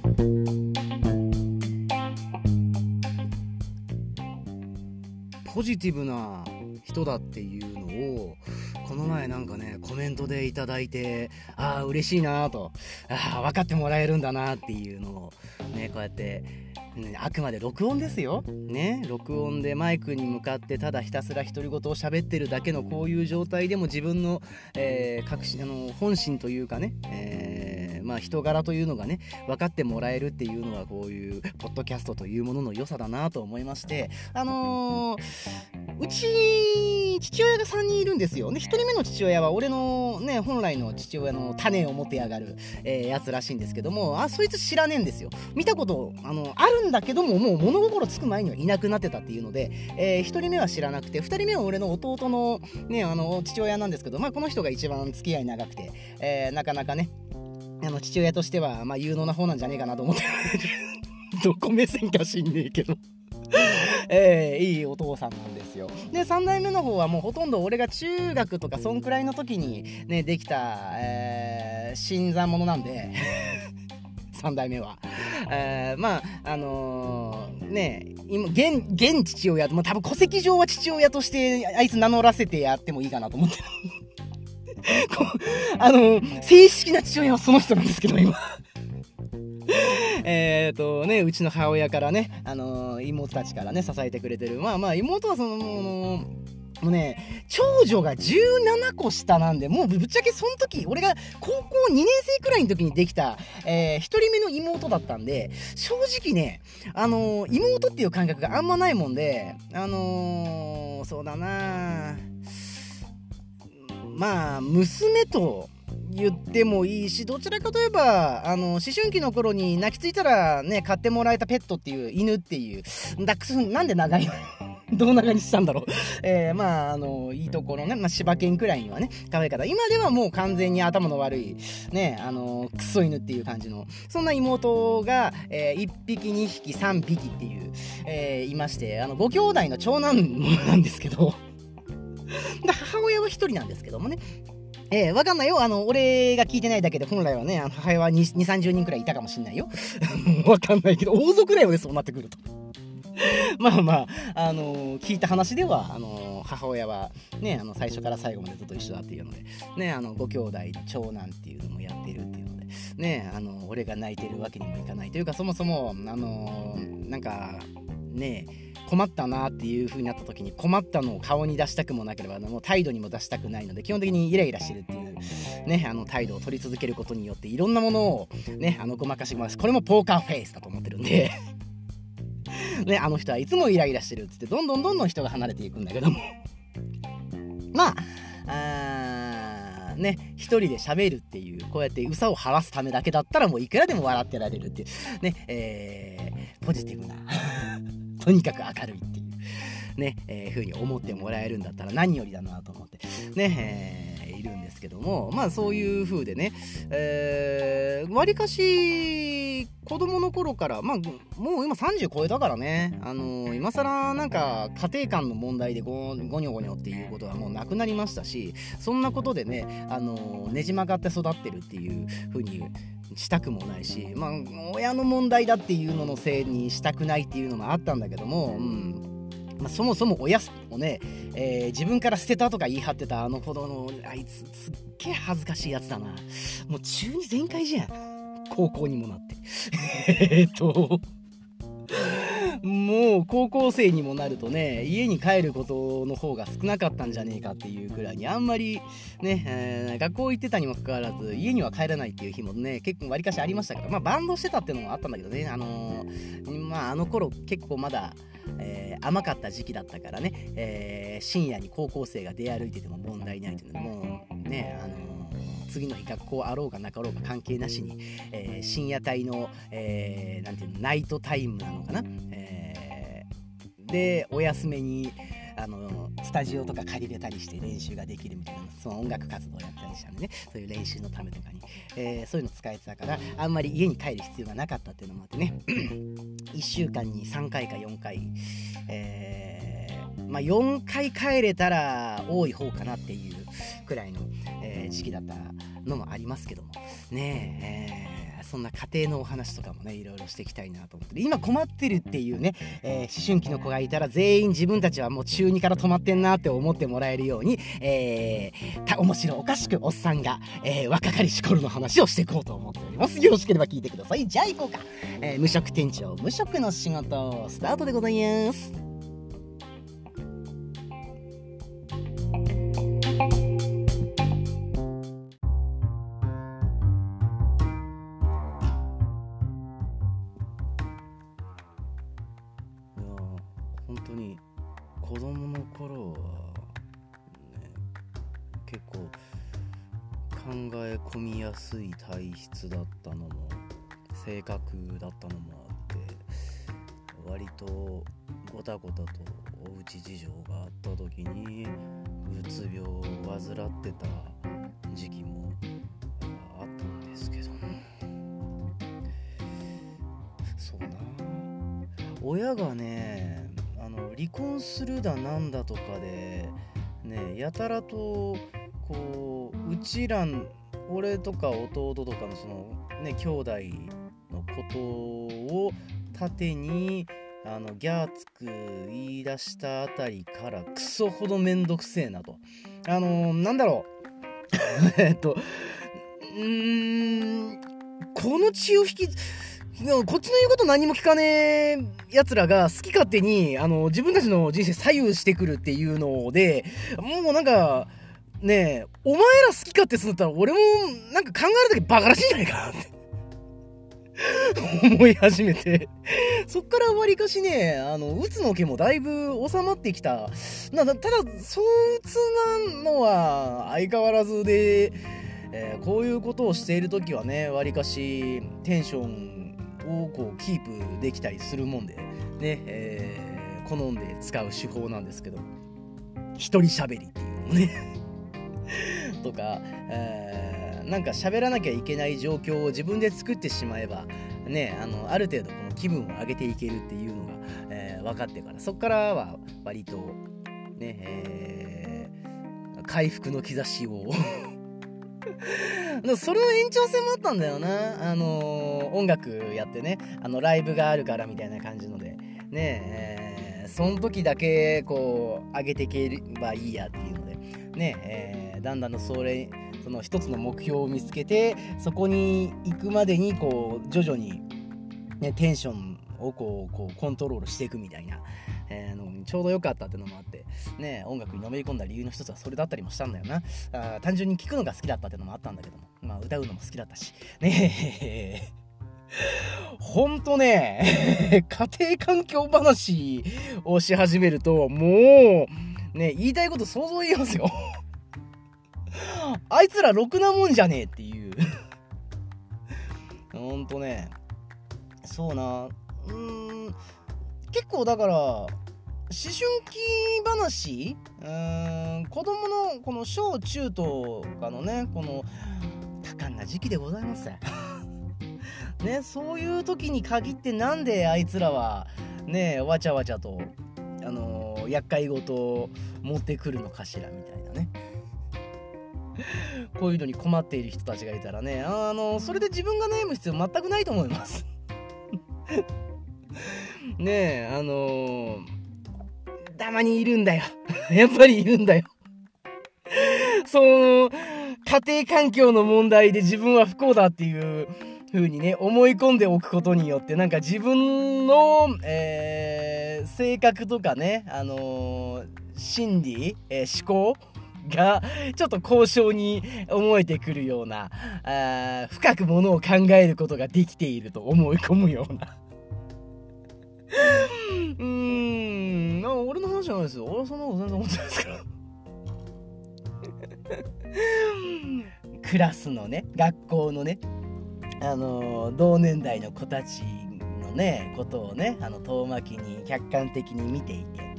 ポジティブな人だっていうのをこの前なんかねコメントでいただいて、嬉しいなと、分かってもらえるんだなっていうのをね、こうやってあくまで録音ですよね、録音でマイクに向かってただひたすら独り言を喋ってるだけのこういう状態でも自分の、本心というかね、人柄というのがね分かってもらえるっていうのはこういうポッドキャストというものの良さだなと思いまして、うち父親が3人いるんですよ。で1人目の父親は俺のね本来の父親の種を持てやがる、やつらしいんですけども、そいつ知らねえんですよ。見たことあるんだけども、もう物心つく前にはいなくなってたっていうので、1人目は知らなくて、2人目は俺の弟のね父親なんですけど、この人が一番付き合い長くて、なかなかね父親としては有能な方なんじゃねえかなと思ってどこ目線か知んねえけどいいお父さんなんですよ。で3代目の方はもうほとんど俺が中学とかそんくらいの時にねできた、新参者なんで3代目は、今現父親と、多分戸籍上は父親としてあいつ名乗らせてやってもいいかなと思って正式な父親はその人なんですけど今うちの母親からね、妹たちからね支えてくれてる妹はもうね長女が17個下なんで、もうぶっちゃけその時俺が高校2年生くらいの時にできた、1人目の妹だったんで、正直ね妹っていう感覚があんまないもんで、そうだな娘と言ってもいいし、どちらかといえば思春期の頃に泣きついたらね買ってもらえたペットっていう犬っていうダックスなんで長いどう長にしたんだろう、いいところね、柴犬くらいにはね可愛い方、今ではもう完全に頭の悪いねクソ犬っていう感じのそんな妹が、1匹2匹3匹っていう、いまして、ご兄弟の長男なんですけど母親は1人なんですけどもね、わかんないよ。俺が聞いてないだけで、本来はね、母親は2、30人くらいいたかもしんないよ。わかんないけど、王族だよね、そうなってくると。聞いた話では、母親はね、最初から最後までずっと一緒だっていうので、ね、ご兄弟の長男っていうのもやってるっていうので、ね、俺が泣いてるわけにもいかないというか、そもそも、なんか、ね、困ったなっていう風になった時に困ったのを顔に出したくもなければもう態度にも出したくないので、基本的にイライラしてるっていうね態度を取り続けることによっていろんなものをねごまかします。これもポーカーフェイスだと思ってるんでね、あの人はいつもイライラしてるっつってどんどん人が離れていくんだけども一人で喋るっていうこうやってうさを晴らすためだけだったらもういくらでも笑ってられるっていうね、ポジティブなとにかく明るいっていうね、風に思ってもらえるんだったら何よりだなと思ってね、いるんですけども、そういう風でね、わりかし子供の頃からもう今30超えたからね、今更なんか家庭間の問題でゴニョゴニョっていうことはもうなくなりましたし、そんなことでねねじ曲がって育ってるっていう風にしたくもないし、親の問題だっていうののせいにしたくないっていうのもあったんだけども、そもそも親をね、自分から捨てたとか言い張ってた子供のあいつすっげえ恥ずかしいやつだな。もう中二全開じゃん、高校にもなってもう高校生にもなるとね家に帰ることの方が少なかったんじゃねえかっていうくらいにあんまりね、学校行ってたにもかかわらず家には帰らないっていう日もね結構わりかしありましたから、バンドしてたっていうのもあったんだけどね、あの頃結構まだ甘かった時期だったからね、深夜に高校生が出歩いてても問題ないというので、もうね次の日学校あろうがなかろうが関係なしに、深夜帯の、なんていうのナイトタイムなのかな、でお休みにスタジオとか借りれたりして練習ができるみたいな、その音楽活動をやったりしたんでね、そういう練習のためとかに、そういうの使えてたからあんまり家に帰る必要がなかったっていうのもあってね1週間に3回か4回、4回帰れたら多い方かなっていうくらいの、時期だったのもありますけどもね、 そんな家庭のお話とかもねいろいろしていきたいなと思って、今困ってるっていうね、思春期の子がいたら全員自分たちはもう中2から止まってんなって思ってもらえるように、面白おかしくおっさんが、若かりし頃の話をしていこうと思っております。よろしければ聞いてください。じゃあ行こうか。無職店長無職の仕事スタートでございます。本当に子供の頃は、ね、結構考え込みやすい体質だったのも性格だったのもあって割とごたごたとおうち事情があった時にうつ病を患ってた時期もあったんですけど、そうな、親がね離婚するだなんだとかでねやたらとこううちら俺とか弟とかのそのね兄弟のことを盾にギャーつく言い出したあたりからクソほどめんどくせえなとなんだろうこの血を引きこっちの言うこと何も聞かねえ奴らが好き勝手に自分たちの人生左右してくるっていうのでもうなんかねえお前ら好き勝手するんだったら俺もなんか考えるだけバカらしいんじゃないかなって思い始めてそっからわりかしねうつの毛もだいぶ収まってきたただそううつなのは相変わらずで、こういうことをしている時はねわりかしテンションをこうキープできたりするもんでね、好んで使う手法なんですけど一人喋りっていうのねとか、なんか喋らなきゃいけない状況を自分で作ってしまえばねある程度この気分を上げていけるっていうのが、分かってからそっからは割とね、回復の兆しをそれの延長線もあったんだよな音楽やってねライブがあるからみたいな感じのでね、その時だけこう上げていければいいやっていうのでね、だんだんその一つの目標を見つけてそこに行くまでにこう徐々に、ね、テンションをこうコントロールしていくみたいな、ちょうど良かったってのもあってね音楽にのめり込んだ理由の一つはそれだったりもしたんだよな。単純に聴くのが好きだったってのもあったんだけども、まあ歌うのも好きだったしねほんとね家庭環境話をし始めるともうね言いたいこと想像言えますよあいつらろくなもんじゃねえっていうほんとねそうな結構だから思春期話子供のこの小中とかのねこの多感な時期でございますね、そういう時に限ってなんであいつらはねわちゃわちゃと厄介事を持ってくるのかしらみたいなねこういうのに困っている人たちがいたらねそれで自分が悩む必要全くないと思いますねえたまにいるんだよやっぱりいるんだよその家庭環境の問題で自分は不幸だっていう風にね思い込んでおくことによってなんか自分の、性格とかね心理、思考がちょっと高尚に思えてくるような深くものを考えることができていると思い込むような俺の話じゃないですよ。俺はそんなこと全然思ってないですからクラスのね学校のね同年代の子たちのねことをね遠巻きに客観的に見ていて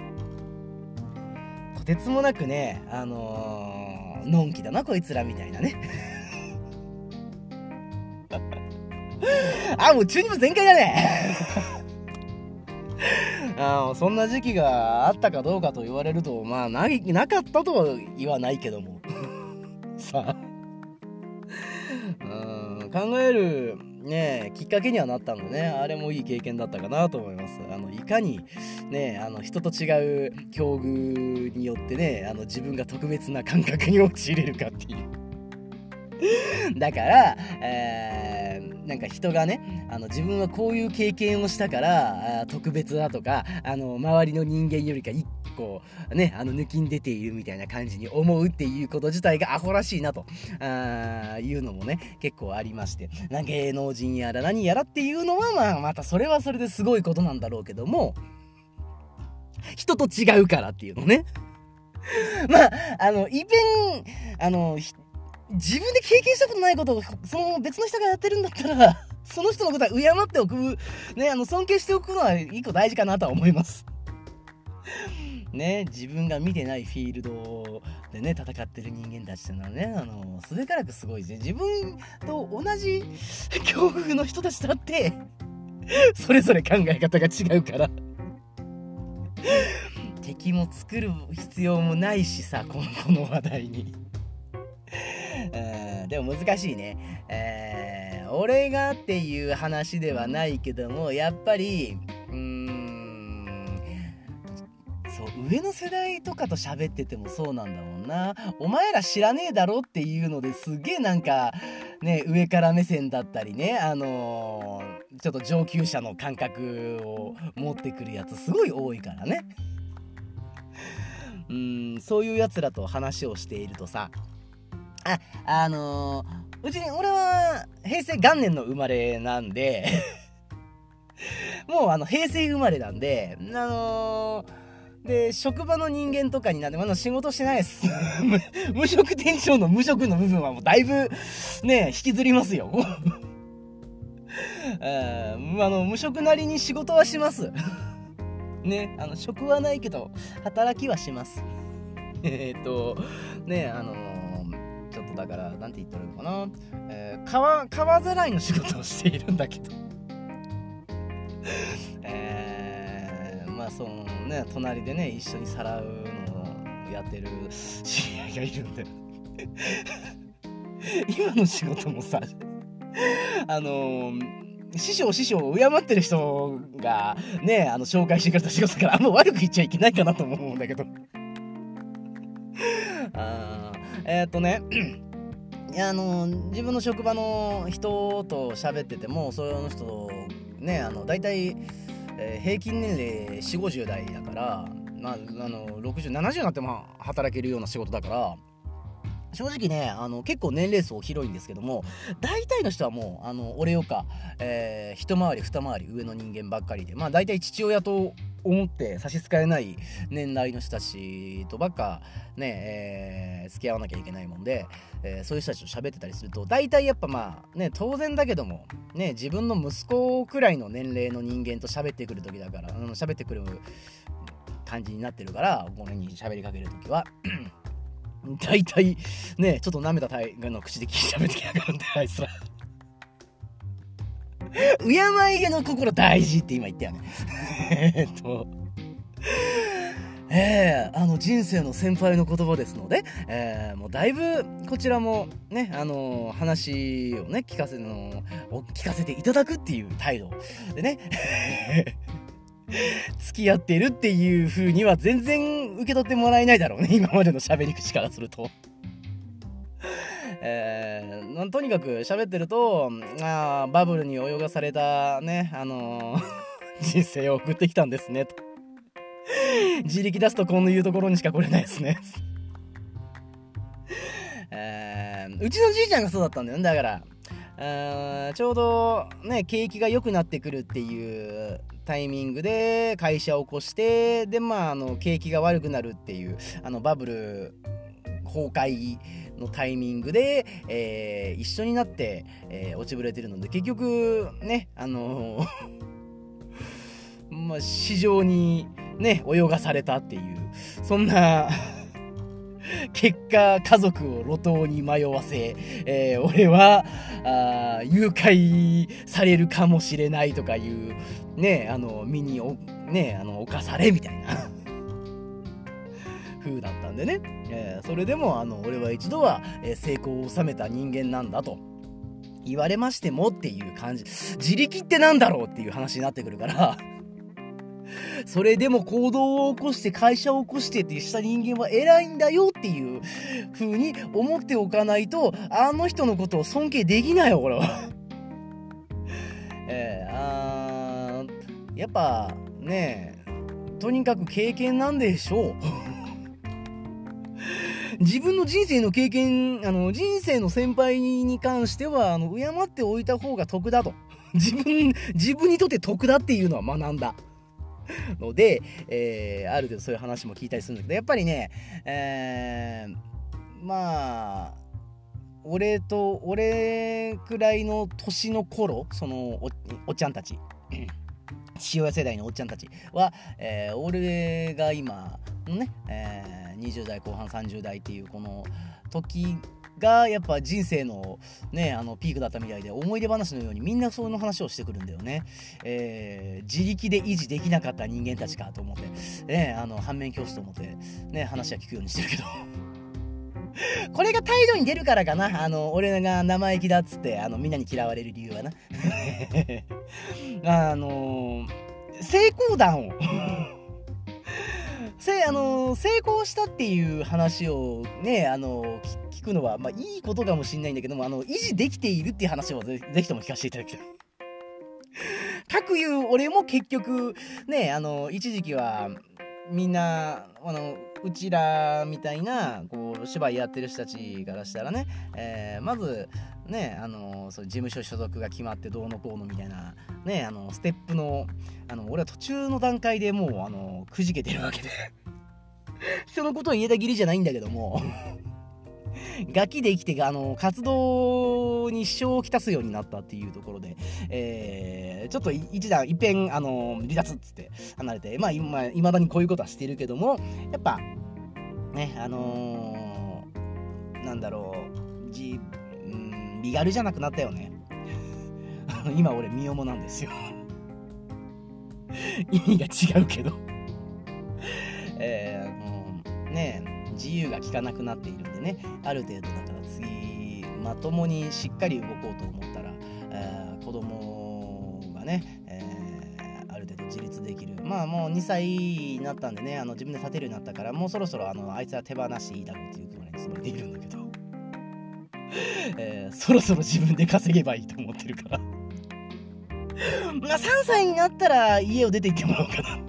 とてつもなくねのんきだなこいつらみたいなねもう中二部全開だねそんな時期があったかどうかと言われるとまあなかったとは言わないけどもさあ考えるねきっかけにはなったのでね、あれもいい経験だったかなと思います。いかにね人と違う境遇によってね自分が特別な感覚に陥れるかっていうだから、なんか人がね自分はこういう経験をしたから特別だとか周りの人間よりか一個ね抜きん出ているみたいな感じに思うっていうこと自体がアホらしいなというのもね結構ありまして、芸能人やら何やらっていうのはまたそれはそれですごいことなんだろうけども、人と違うからっていうのね自分で経験したことないことをその別の人がやってるんだったらその人のことは敬っておくね尊敬しておくのは一個大事かなとは思いますね。自分が見てないフィールドでね戦ってる人間たちっていうのはねすべからくすごいですね。自分と同じ境遇の人たちだってそれぞれ考え方が違うから敵も作る必要もないしさ、この話題にでも難しいね。俺がっていう話ではないけども、やっぱりそう上の世代とかと喋っててもそうなんだもんな。お前ら知らねえだろっていうのですげえなんかね上から目線だったりねちょっと上級者の感覚を持ってくるやつすごい多いからね。そういうやつらと話をしているとさ、俺は平成元年の生まれなんでもう平成生まれなんでで職場の人間とかになって仕事してないです無職店長の無職の部分はもうだいぶね引きずりますよ無職なりに仕事はしますね。職はないけど働きはしますねちょっとだからなんて言ったらいいのかな、川ざらいの仕事をしているんだけどそのね隣でね一緒にさらうのをやってる知り合いがいるんで今の仕事もさ師匠を敬ってる人がね紹介してくれた仕事だからあんま悪く言っちゃいけないかなと思うんだけど自分の職場の人と喋っててもその人ねだいたい平均年齢 40,50 代だから60、70になっても働けるような仕事だから正直ね結構年齢層広いんですけども、大体の人はもう俺よか、一回り二回り上の人間ばっかりで大体父親と思って差し支えない年代の人たちとばっかね、付き合わなきゃいけないもんで、そういう人たちと喋ってたりすると大体やっぱ当然だけどもね自分の息子くらいの年齢の人間と喋ってくる時だから喋ってくる感じになってるから、この辺に喋りかける時は大体ねちょっと舐めたの口で喋ってきやがるんであいつら敬いげの心大事って今言ったよね人生の先輩の言葉ですので、もうだいぶこちらもね話をね聞かせていただくっていう態度でね付き合ってるっていう風には全然受け取ってもらえないだろうね今までの喋り口からするととにかく喋ってるとバブルに泳がされたね人生を送ってきたんですねと自力出すとこういうところにしか来れないですねうちのじいちゃんがそうだったんだよね。だからちょうどね景気が良くなってくるっていうタイミングで会社を起こしてで景気が悪くなるっていうバブル崩壊のタイミングで、一緒になって、落ちぶれてるので結局ね市場にね泳がされたっていうそんな結果家族を路頭に迷わせ、俺は誘拐されるかもしれないとかいうね身に侵されみたいな風だったんでね、それでも俺は一度は成功を収めた人間なんだと言われましてもっていう感じ。自力ってなんだろうっていう話になってくるからそれでも行動を起こして会社を起こしてってした人間は偉いんだよっていう風に思っておかないと、あの人のことを尊敬できないよ、これはやっぱね、とにかく経験なんでしょう自分の人生の経験、人生の先輩に関しては、敬っておいた方が得だと。自分にとって得だっていうのは学んだ。ので、ある程度そういう話も聞いたりするんだけど、やっぱりね、まあ、俺くらいの年の頃、そのおっちゃんたち、父親世代のおっちゃんたちは、俺が今のね、20代後半30代っていうこの時がやっぱ人生のねピークだったみたいで、思い出話のようにみんなその話をしてくるんだよね。自力で維持できなかった人間たちかと思ってね、反面教師と思ってね話は聞くようにしてるけどこれが態度に出るからかな、俺が生意気だっつってみんなに嫌われる理由はな成功談を成功したっていう話をね聞くのはまあいいことかもしれないんだけども、維持できているっていう話をぜひとも聞かせていただきたいかくいう俺も結局ね一時期はみんなうちらみたいなこう芝居やってる人たちからしたらね、まずねそう事務所所属が決まってどうのこうのみたいなねステップの俺は途中の段階でもうくじけてるわけで人のことを言えたぎりじゃないんだけどもガキで生きて活動に支障をきたすようになったっていうところで、ちょっと一遍離脱っつって離れて、まあ未だにこういうことはしてるけども、やっぱねなんだろうリガルじゃなくなったよね今俺身重なんですよ意味が違うけど自由が利かなくなっているんでね、ある程度だから次まともにしっかり動こうと思ったら、子供がね、ある程度自立できる、まあもう2歳になったんでね自分で立てるようになったから、もうそろそろあいつは手放していいだろうっていうくらいのつもりでいるんだけどそろそろ自分で稼げばいいと思ってるからまあ3歳になったら家を出て行ってもらおうかな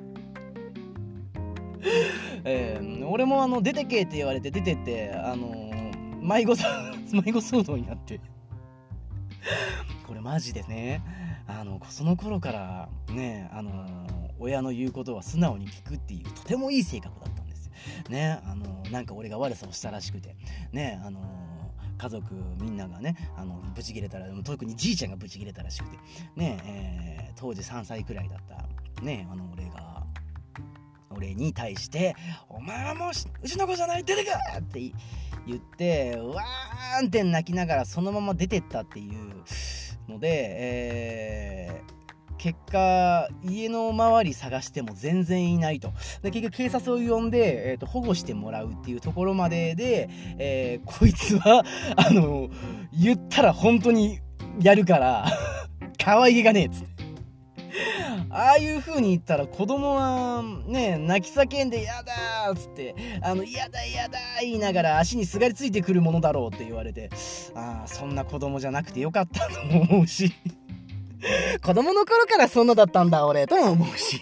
俺も出てけって言われて出てって迷子騒動になってこれマジでねその頃からね親の言うことは素直に聞くっていうとてもいい性格だったんですよね。なんか俺が悪さをしたらしくてね家族みんながねブチ切れたら、特にじいちゃんがブチ切れたらしくてね、当時3歳くらいだったね俺に対してお前はもううちの子じゃない出てかって言ってわーんって泣きながらそのまま出てったっていうので、結果家の周り探しても全然いないと。で結局警察を呼んで、保護してもらうっていうところまでで、こいつは言ったら本当にやるから可愛げがねえっつってああいう風に言ったら子供はね泣き叫んでやだーっつってやだやだ言いながら足にすがりついてくるものだろうって言われて、そんな子供じゃなくてよかったと思うし子供の頃からそんなだったんだ俺とも思うし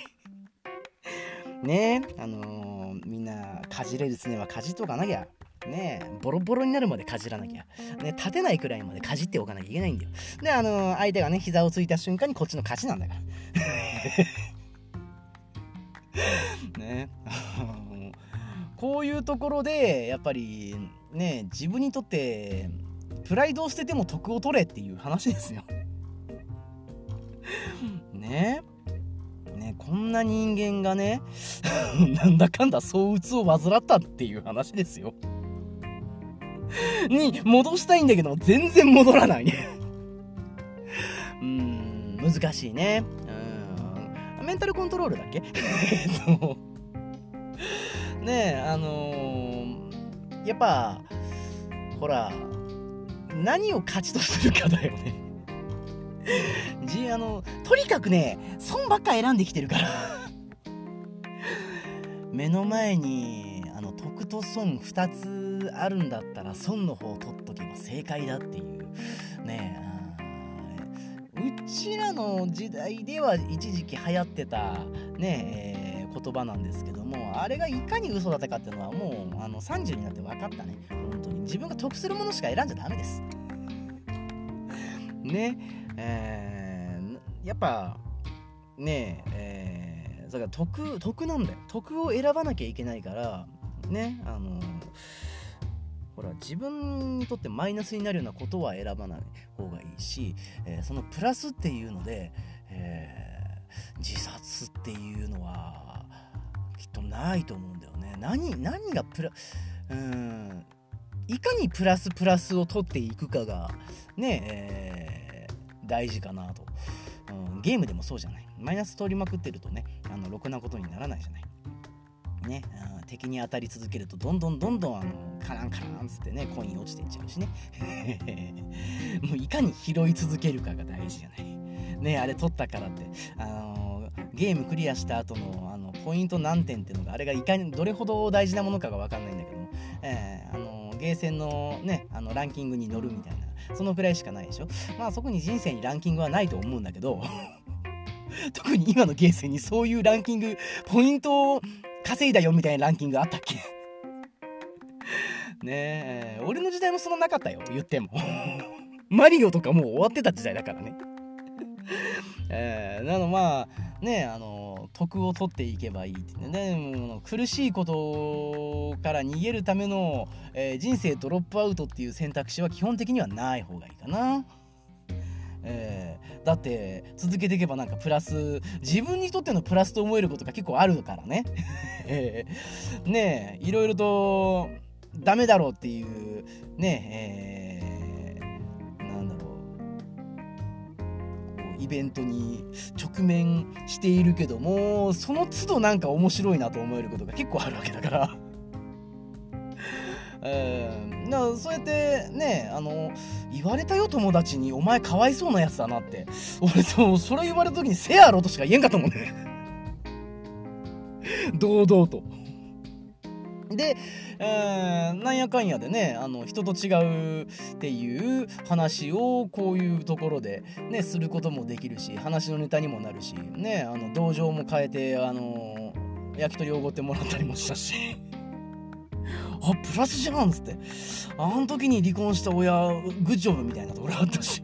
ねみんなかじれる常はかじっとかなきゃねボロボロになるまでかじらなきゃね立てないくらいまでかじっておかなきゃいけないんだよ。で相手がね膝をついた瞬間にこっちの勝ちなんだからねこういうところでやっぱりね自分にとってプライドを捨てても得を取れっていう話ですよねこんな人間がねなんだかんだ躁うつを患ったっていう話ですよに戻したいんだけど全然戻らないね難しいね。メンタルコントロールだっけねえやっぱほら何を勝ちとするかだよねとにかくね損ばっか選んできてるから目の前に得と損2つあるんだったら損の方を取っとけば正解だっていうね。うちらの時代では一時期流行ってたね、言葉なんですけども、あれがいかに嘘だったかっていうのはもう30になって分かったね。本当に自分が得するものしか選んじゃダメですね。やっぱねだから得なんだよ。得を選ばなきゃいけないからね。ほら自分にとってマイナスになるようなことは選ばない方がいいし、そのプラスっていうので、自殺っていうのはきっとないと思うんだよね。何がいかにプラスを取っていくかがね、大事かなと。ゲームでもそうじゃない。マイナス取りまくってるとねろくなことにならないじゃないね。敵に当たり続けるとどんどんカランつってねコイン落ちていっちゃうしねもういかに拾い続けるかが大事じゃないね。あれ取ったからってゲームクリアした後のポイント何点っていうのがあれがいかにどれほど大事なものかが分かんないんだけども、ゲーセンのねランキングに乗るみたいなそのくらいしかないでしょ。まあそこに人生にランキングはないと思うんだけど特に今のゲーセンにそういうランキングポイントを稼いだよみたいなランキングあったっけねえ、俺の時代もそんななかったよ言ってもマリオとかもう終わってた時代だからねまあね得を取っていけばいいってね。苦しいことから逃げるための、人生ドロップアウトっていう選択肢は基本的にはない方がいいかな。だって続けていけばなんかプラス自分にとってのプラスと思えることが結構あるからねねえいろいろとダメだろうっていうねなんだろうこうイベントに直面しているけどもその都度なんか面白いなと思えることが結構あるわけだからそうやってね言われたよ友達にお前かわいそうなやつだなって俺それ言われた時にせやろとしか言えんかったもんね堂々とで、なんやかんやでね人と違うっていう話をこういうところでねすることもできるし話のネタにもなるしね道場も変えて焼き鳥おごってもらったりもしたしあプラスじゃんっつってあの時に離婚した親グッジョブみたいなところあったし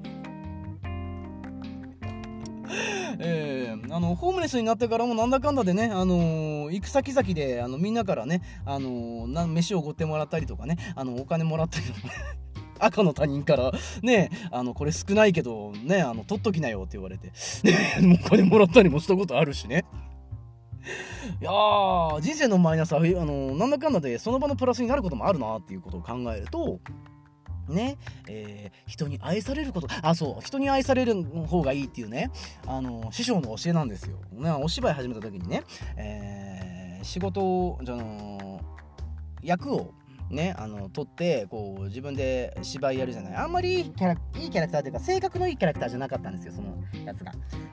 ホームレスになってからもなんだかんだでね行く先々でみんなからね飯をおごってもらったりとかねお金もらったりとかね赤の他人からねこれ少ないけどね取っときなよって言われてねお金もらったりもしたことあるしね。いやー人生のマイナスはなんだかんだでその場のプラスになることもあるなっていうことを考えるとね人に愛されることそう人に愛される方がいいっていうね師匠の教えなんですよ、ね、お芝居始めた時にね、仕事を役をね取ってこう自分で芝居やるじゃない。あんまりいいキャラクターというか性格のいいキャラクターじゃなかったんですよそのやつが。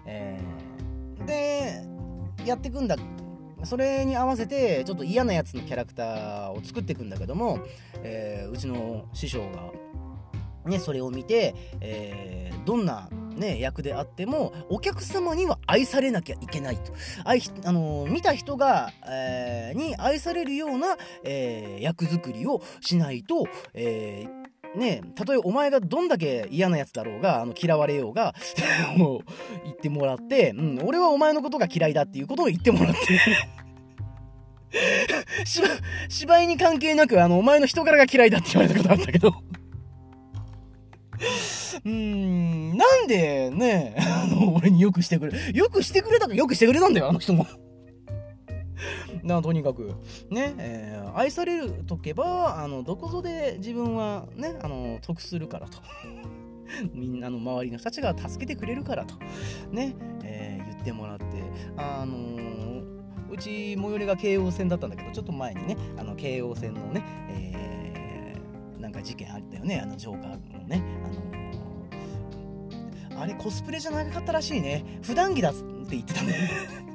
でやっていくんだ。それに合わせてちょっと嫌なやつのキャラクターを作っていくんだけども、うちの師匠がねそれを見て、どんなね役であってもお客様には愛されなきゃいけないと見た人が、に愛されるような、役作りをしないと、ねたとえお前がどんだけ嫌なやつだろうが嫌われようがもう言ってもらって、俺はお前のことが嫌いだっていうことを言ってもらって芝居に関係なくお前の人柄が嫌いだって言われたことあったけどなんでね俺によくしてくれたんだよあの人もとにかくね、愛されるとけばどこぞで自分はね得するからとみんなの周りの人たちが助けてくれるからとね、言ってもらってうち最寄りが京王線だったんだけどちょっと前にね京王線のね、なんか事件あったよね、ジョーカーのね、あれコスプレじゃなかったらしいね。普段着だって言ってたね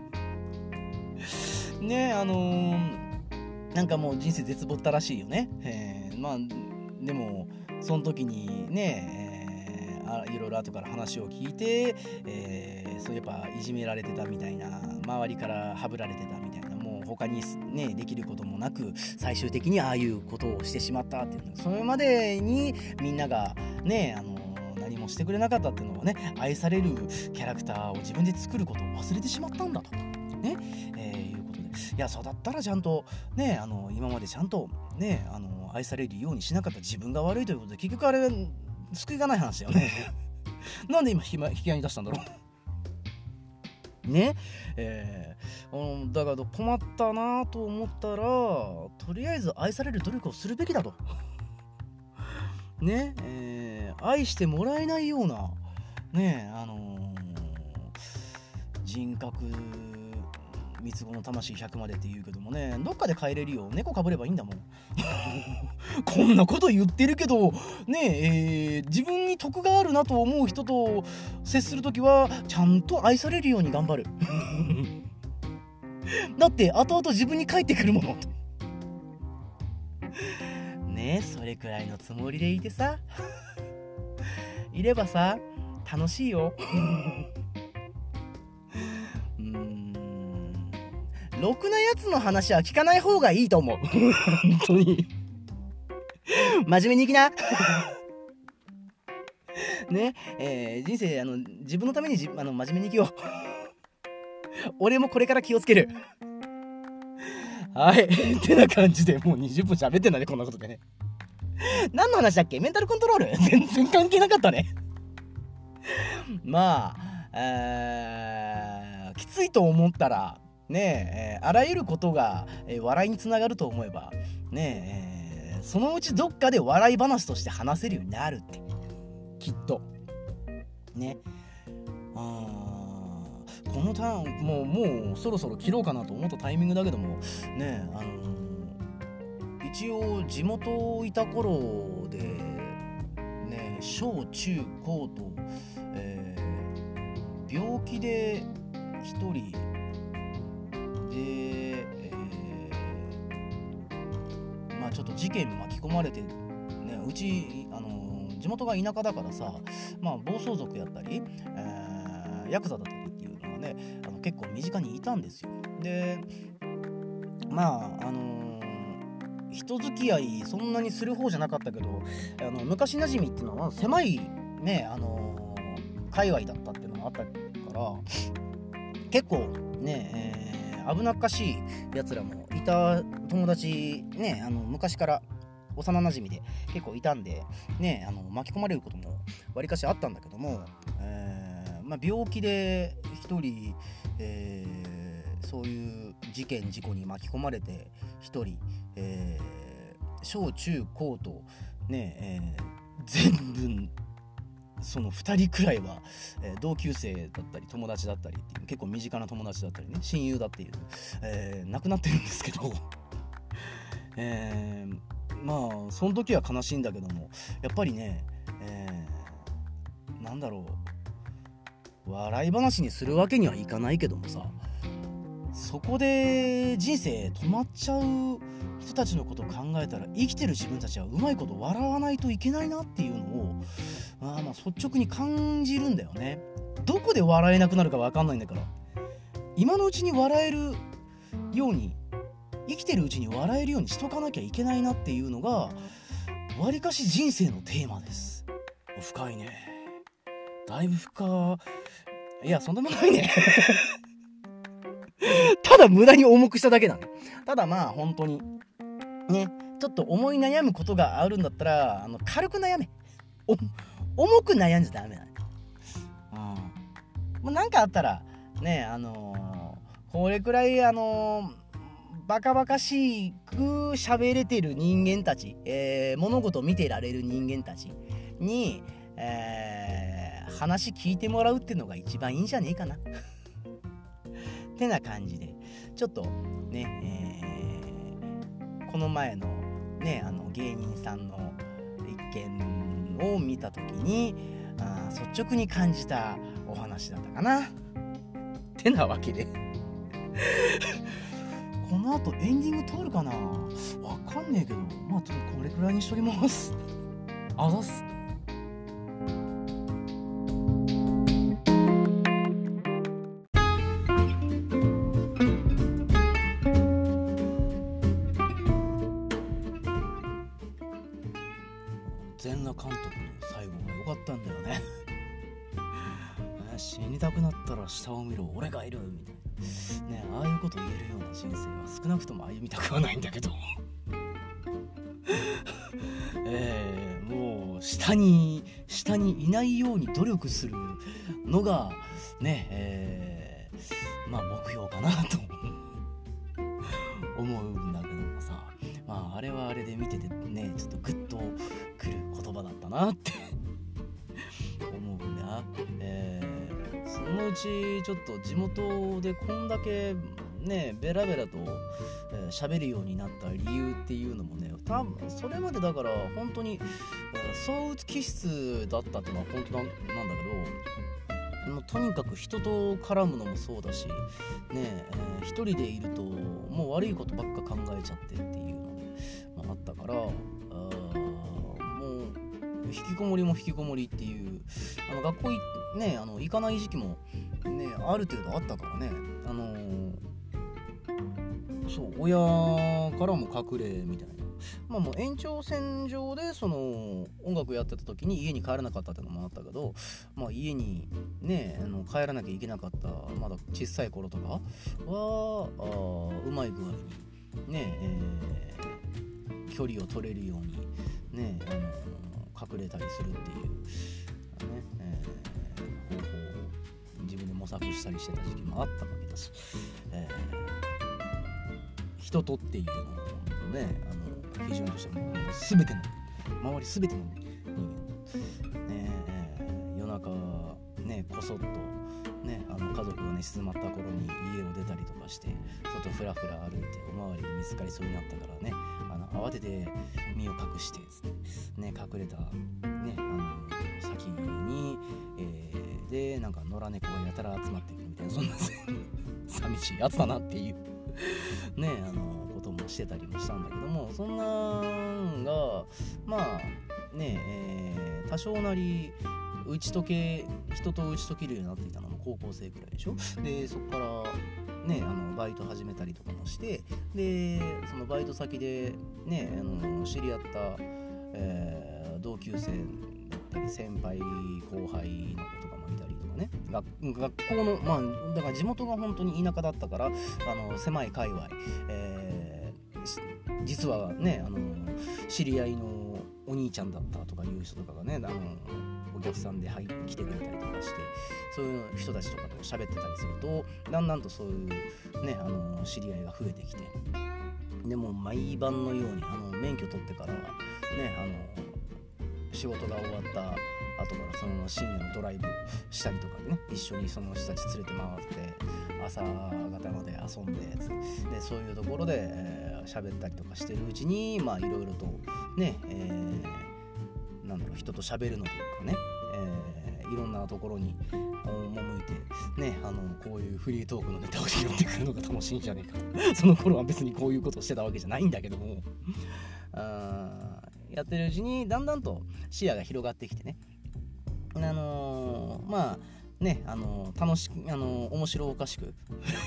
ね、なんかもう人生絶望ったらしいよね。まあでもその時にね、いろいろ後から話を聞いて、そうやっぱいじめられてたみたいな、周りからはぶられてたみたいな、もう他にねできることもなく最終的にああいうことをしてしまったっていうの、それまでにみんながね何もしてくれなかったっていうのはね、愛されるキャラクターを自分で作ることを忘れてしまったんだとね、いうことで、いやそうだったらちゃんとね今までちゃんとね愛されるようにしなかった自分が悪いということで、結局あれ救いがない話だよねなんで今引き合いに出したんだろうね。だから困ったなと思ったら、とりあえず愛される努力をするべきだとね、愛してもらえないようなね、人格三つ子の魂100までって言うけどもね、どっかで帰れるよ。猫かぶればいいんだもんこんなこと言ってるけどね、自分に得があるなと思う人と接するときはちゃんと愛されるように頑張るだって後々自分に返ってくるものね、それくらいのつもりでいてさいればさ楽しいよろくなやつの話は聞かない方がいいと思う本当に真面目に生きなね、人生自分のために真面目に生きよう俺もこれから気をつけるはいってな感じでもう20分喋ってんだね、こんなことでね。何の話だっけ？メンタルコントロール全然関係なかったねまあ、きついと思ったらね、あらゆることが、笑いにつながると思えばね、そのうちどっかで笑い話として話せるようになるってきっとね。このターンもうそろそろ切ろうかなと思ったタイミングだけどもね、一応地元いた頃でね、小中高と、病気で一人で、まあちょっと事件巻き込まれてね、うち地元が田舎だからさ、まあ暴走族やったり、ヤクザだったりっていうのがね結構身近にいたんですよ。でまあ人付き合いそんなにする方じゃなかったけど、昔なじみっていうのは狭いね界隈だったっていうのがあったから結構ね、危なっかしいやつらもいた友達ね、昔から幼なじみで結構いたんでね、巻き込まれることもわりかしあったんだけども、まあ、病気で一人、そういう事件事故に巻き込まれて一人、小中高とね、全部その2人くらいは、同級生だったり友達だったりっていう結構身近な友達だったりね親友だっていう、亡くなってるんですけどまあその時は悲しいんだけどもやっぱりね、なんだろう、笑い話にするわけにはいかないけどもさ、そこで人生止まっちゃう人たちのことを考えたら生きてる自分たちはうまいこと笑わないといけないなっていうのをまあ率直に感じるんだよね。どこで笑えなくなるか分かんないんだから、今のうちに笑えるように生きてるうちに笑えるようにしとかなきゃいけないなっていうのがわりかし人生のテーマです。深いね、だいぶ深い。いやそんなもんないねただ無駄に重くしただけだね。ただまあ本当にね、ちょっと思い悩むことがあるんだったら軽く悩め。重く悩んじゃダメだね。もうなんかあったらね、これくらいバカバカしく喋れてる人間たち、物事を見てられる人間たちに、話聞いてもらうっていうのが一番いいんじゃねえかなってな感じでちょっとね、この前のね芸人さんの一見を見た時に率直に感じたお話だったかなってなわけでこの後エンディング通るかな、わかんねえけど、まあこれくらいにしときます。あざっす。全裸監督の最後が良かったんだよね死にたくなったら下を見ろ、俺がいるみたいなね、ああいうこと言えるような人生は少なくとも歩みたくはないんだけどもう下にいないように努力するのがね、まあ目標かなと思うんだけどもさ、まああれはあれで見ててね、ちょっとグッとくる言葉だったなって思うんだ。そのうちちょっと地元でこんだけねベラベラと喋るようになった理由っていうのもね、多分それまでだから本当に躁鬱気質だったっていうのは本当なんだけど、もうとにかく人と絡むのもそうだしね、一人でいるともう悪いことばっか考えちゃってっていうので、あったから、もう引きこもりも引きこもりっていう学校ね行かない時期もねある程度あったからね、そう親からも隠れみたいな、まあもう延長線上でその音楽やってた時に家に帰らなかったってのもあったけど、まあ家にね帰らなきゃいけなかったまだ小さい頃とかはうまい具合にね、距離を取れるようにね隠れたりするっていうね、方法を自分で模索したりしてた時期もあったわけだし、人とっていうのをね基準としても全ての周り全ての人間ね、夜中ねこそっとね家族が寝静まった頃に家を出たりとかして外フラフラ歩いておまわりに見つかりそうになったからね慌てて身を隠してね隠れたね先に、でなんか野良猫がやたら集まってくるみたいな、そんな寂しいやつだなっていうねこともしてたりもしたんだけども、そんなんがまあね、多少なり人と打ち解けるようになっていたのも高校生くらいでしょ。でそこからねバイト始めたりとかもして、でそのバイト先でね知り合った、同級生だったり先輩後輩の子とかもいたりとかね、学校のまあだから地元が本当に田舎だったから狭い界隈、実はね知り合いのお兄ちゃんだったとかいう人とかがねお客さんで来てくれたりとかして、そういう人たちとかと喋ってたりするとだんだんとそういうね知り合いが増えてきて、でも毎晩のように免許取ってからはね仕事が終わった後からその深夜のドライブしたりとかでね一緒にその人たち連れて回って朝方まで遊んででそういうところで喋ったりとかしてるうちにまあいろいろとね、なんだろう人と喋るのとかね、いろんなところに赴いてねこういうフリートークのネタを拾ってくるのが楽しいんじゃねえかその頃は別にこういうことをしてたわけじゃないんだけども、やってるうちにだんだんと視野が広がってきてね、まあね楽しく面白おかしく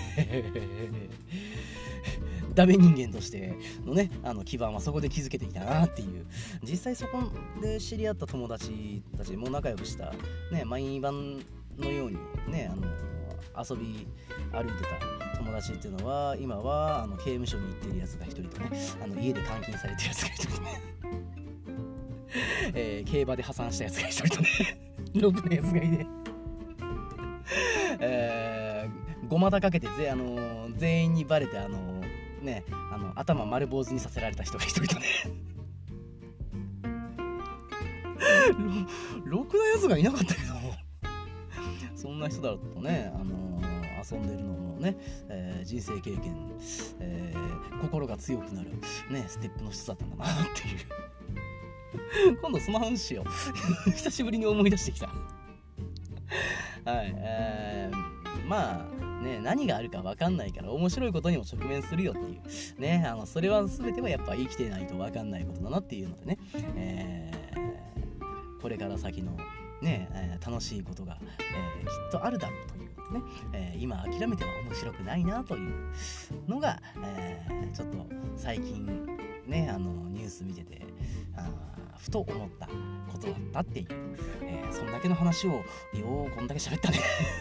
ダメ人間としてのね基盤はそこで築けてきたなっていう、実際そこで知り合った友達たちも仲良くしたね毎晩のようにね遊び歩いてた友達っていうのは今は刑務所に行ってるやつが一人とね家で監禁されてるやつが一人とね競馬で破産したやつが一人とねろくなやつがいてごまたかけて全員にバレてね頭丸坊主にさせられた人が一人とねろくなやつがいなかったけどそんな人だとね遊んでるのもね、人生経験、心が強くなるねステップの一つだったんだなっていう今度その話しよう久しぶりに思い出してきたはい、まあね、何があるか分かんないから面白いことにも直面するよっていうね、それは全てはやっぱ生きてないと分かんないことだなっていうのでね、これから先のね、楽しいことが、きっとあるだろうということね、今諦めては面白くないなというのが、ちょっと最近ねニュース見ててふと思ったことだったっていう、そんだけの話をようこんだけ喋ったね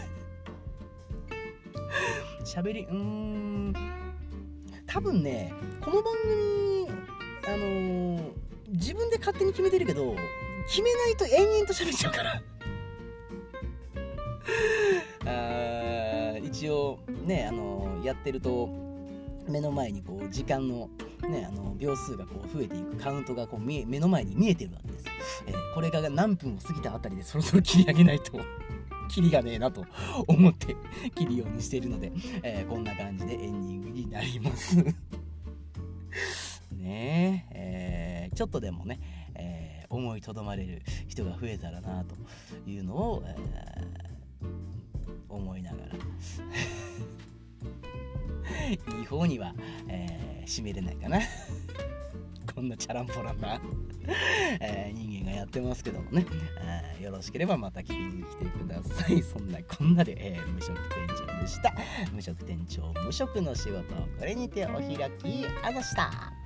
喋り多分ねこの番組自分で勝手に決めてるけど決めないと延々と喋っちゃうから一応ねやってると目の前にこう時間のね秒数がこう増えていくカウントがこう目の前に見えてるわけです、これが何分を過ぎたあたりでそろそろ切り上げないとキリがねえなと思って切るようにしているので、こんな感じでエンディングになりますねえ、ちょっとでもね、思いとどまれる人が増えたらなというのを、思いながらいい方には、締めれないかなこんなチャランポランな、人間がやってますけどもね、よろしければまた聞きに来てください。そんなこんなで、無職店長でした。無職店長無職の仕事、これにてお開きあざした。